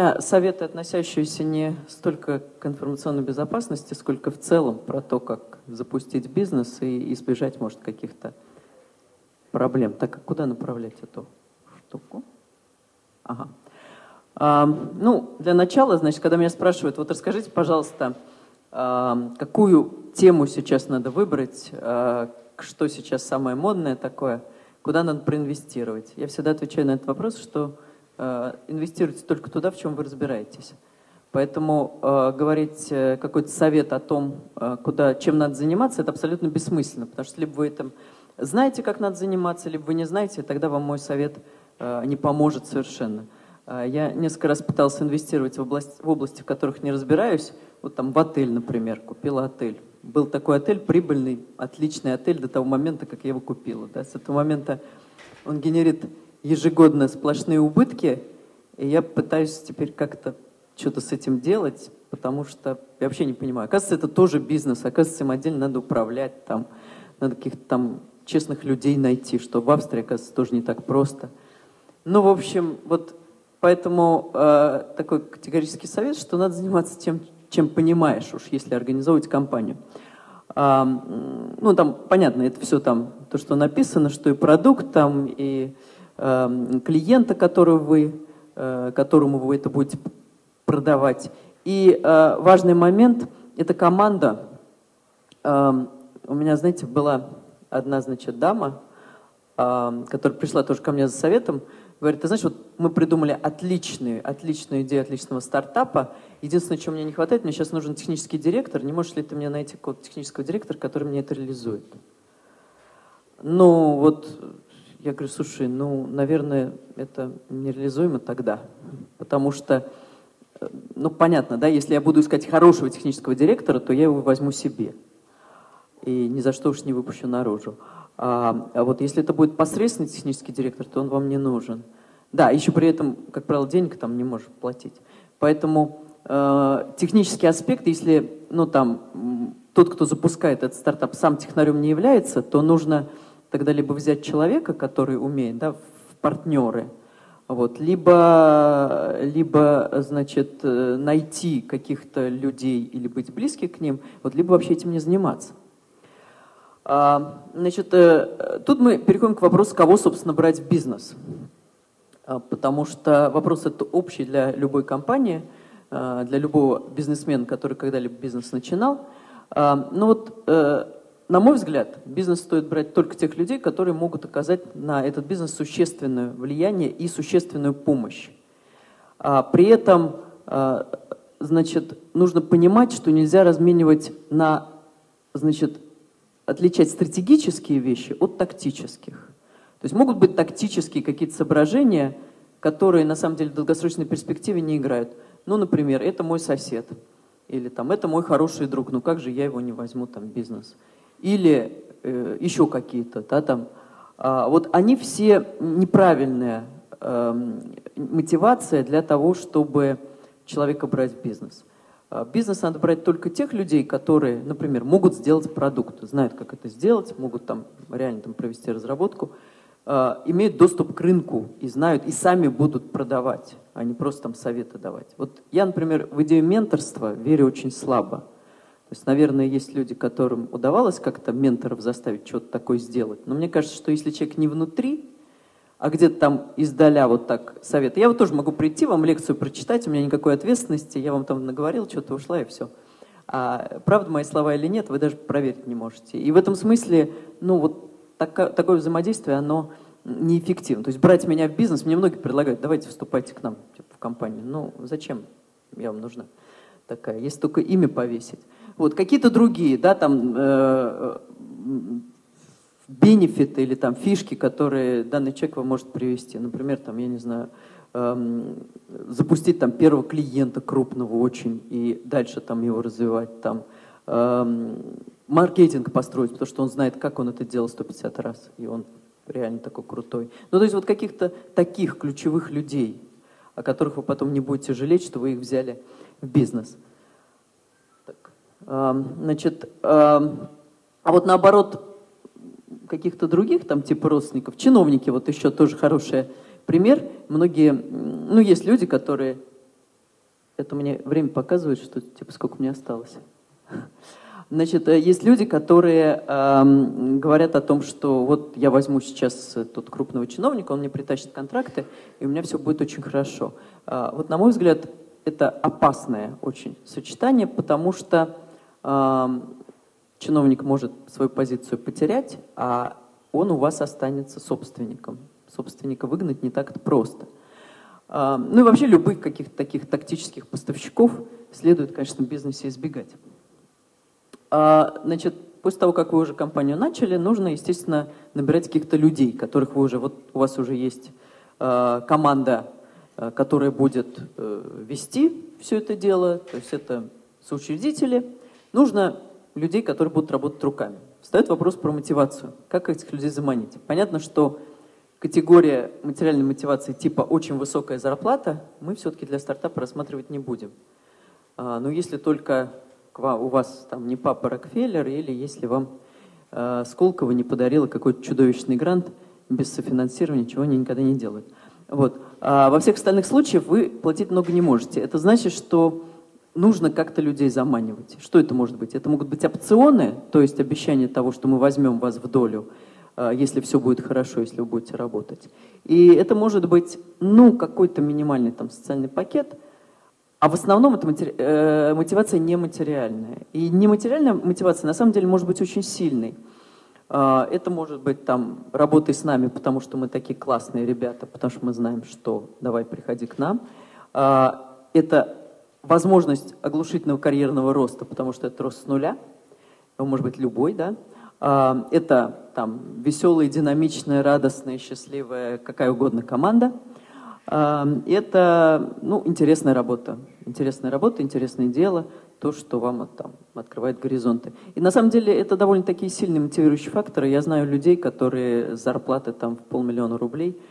меня советы, относящиеся не столько к информационной безопасности, сколько в целом про то, как запустить бизнес и избежать, может, каких-то проблем. Так, а куда направлять эту штуку? Ага. Ну, для начала, значит, когда меня спрашивают, вот расскажите, пожалуйста, какую тему сейчас надо выбрать, что сейчас самое модное такое, куда надо проинвестировать. Я всегда отвечаю на этот вопрос, что инвестируйте только туда, в чем вы разбираетесь. Поэтому говорить какой-то совет о том, чем надо заниматься, это абсолютно бессмысленно, потому что либо вы этом знаете, как надо заниматься, либо вы не знаете, и тогда вам мой совет не поможет совершенно. Я несколько раз пытался инвестировать в области, в которых не разбираюсь. Вот там в отель, например, купила отель. Был такой отель, прибыльный, отличный отель до того момента, как я его купила. Да. С этого момента он генерит ежегодно сплошные убытки, и я пытаюсь теперь как-то что-то с этим делать, потому что я вообще не понимаю. Оказывается, это тоже бизнес, оказывается, им отдельно надо управлять, там, надо каких-то там честных людей найти, что в Австрии, оказывается, тоже не так просто. Ну, в общем, вот поэтому такой категорический совет, что надо заниматься тем, чем понимаешь, уж если организовывать компанию. Ну, там, понятно, это все там, то, что написано, что и продукт там, и клиента, которому вы это будете продавать. И важный момент – это команда. У меня, знаете, была одна, значит, дама, которая пришла тоже ко мне за советом, говорит, ты знаешь, вот мы придумали отличную идею отличного стартапа. Единственное, чего мне не хватает, мне сейчас нужен технический директор. Не можешь ли ты мне найти какого-то технического директора, который мне это реализует? Ну, вот, я говорю, слушай, ну, наверное, это нереализуемо тогда. Потому что, ну, понятно, да, если я буду искать хорошего технического директора, то я его возьму себе. И ни за что уж не выпущу наружу. А вот если это будет посредственный технический директор, то он вам не нужен. Да, еще при этом, как правило, денег там не можешь платить. Поэтому технический аспект, если ну, там, тот, кто запускает этот стартап, сам технарем не является, то нужно тогда либо взять человека, который умеет, да, в партнеры, вот, либо значит, найти каких-то людей или быть близким к ним, вот, либо вообще этим не заниматься. Значит, тут мы переходим к вопросу, кого, собственно, брать в бизнес. Потому что вопрос это общий для любой компании, для любого бизнесмена, который когда-либо бизнес начинал. Но вот, на мой взгляд, бизнес стоит брать только тех людей, которые могут оказать на этот бизнес существенное влияние и существенную помощь. При этом, значит, нужно понимать, что нельзя разменивать на, значит, отличать стратегические вещи от тактических. То есть могут быть тактические какие-то соображения, которые на самом деле в долгосрочной перспективе не играют. Ну, например, это мой сосед, или там это мой хороший друг, ну как же я его не возьму там в бизнес? Или еще какие-то, да, там. Вот они все неправильная мотивация для того, чтобы человека брать в бизнес. В бизнес надо брать только тех людей, которые, например, могут сделать продукт, знают, как это сделать, могут там реально там провести разработку, имеют доступ к рынку и знают, и сами будут продавать, а не просто там советы давать. Вот я, например, в идею менторства верю очень слабо. То есть, наверное, есть люди, которым удавалось как-то менторов заставить что-то такое сделать. Но мне кажется, что если человек не внутри, а где-то там издаля вот так совет. Я вот тоже могу прийти, вам лекцию прочитать, у меня никакой ответственности, я вам там наговорил, что-то ушла и все. А правда мои слова или нет, вы даже проверить не можете. И в этом смысле, ну вот такое взаимодействие, оно неэффективно. То есть брать меня в бизнес, мне многие предлагают, давайте вступайте к нам типа, в компанию. Ну зачем я вам нужна такая, если только имя повесить. Вот какие-то другие, да, там бенефиты или там фишки, которые данный человек вам может привести. Например, там, я не знаю, запустить там первого клиента крупного очень и дальше там его развивать, там маркетинг построить, потому что он знает, как он это делал 150 раз, и он реально такой крутой. Ну, то есть вот каких-то таких ключевых людей, о которых вы потом не будете жалеть, что вы их взяли в бизнес. Так, значит, а вот наоборот, каких-то других, там, типа родственников, чиновники, вот еще тоже хороший пример. Многие, ну, есть люди, которые Это мне время показывает, что типа сколько мне осталось. Значит, есть люди, которые говорят о том, что вот я возьму сейчас тут крупного чиновника, он мне притащит контракты, и у меня все будет очень хорошо. Вот на мой взгляд, это опасное очень сочетание, потому что чиновник может свою позицию потерять, а он у вас останется собственником. Собственника выгнать не так-то просто. Ну и вообще любых каких-то таких тактических поставщиков следует, конечно, в бизнесе избегать. Значит, после того, как вы уже компанию начали, нужно, естественно, набирать каких-то людей, которых вы уже, вот у вас уже есть команда, которая будет вести все это дело, то есть это соучредители. Нужно людей, которые будут работать руками. Встает вопрос про мотивацию. Как этих людей заманить? Понятно, что категория материальной мотивации типа «очень высокая зарплата» мы все-таки для стартапа рассматривать не будем. Но если только у вас там не папа Рокфеллер, или если вам Сколково не подарила какой-то чудовищный грант без софинансирования, чего они никогда не делают. Вот. Во всех остальных случаях вы платить много не можете. Это значит, что нужно как-то людей заманивать. Что это может быть? Это могут быть опционы, то есть обещание того, что мы возьмем вас в долю, если все будет хорошо, если вы будете работать. И это может быть, ну, какой-то минимальный там социальный пакет, а в основном это мотивация нематериальная. И нематериальная мотивация на самом деле может быть очень сильной. Это может быть там работай с нами, потому что мы такие классные ребята, потому что мы знаем, что давай приходи к нам. Это возможность оглушительного карьерного роста, потому что это рост с нуля. Он может быть любой, да. Это там веселая, динамичная, радостная, счастливая, какая угодно команда. Это, ну, интересная работа, интересное дело, то, что вам там открывает горизонты. И на самом деле это довольно такие сильные мотивирующие факторы. Я знаю людей, которые с зарплаты там в 500 000 рублей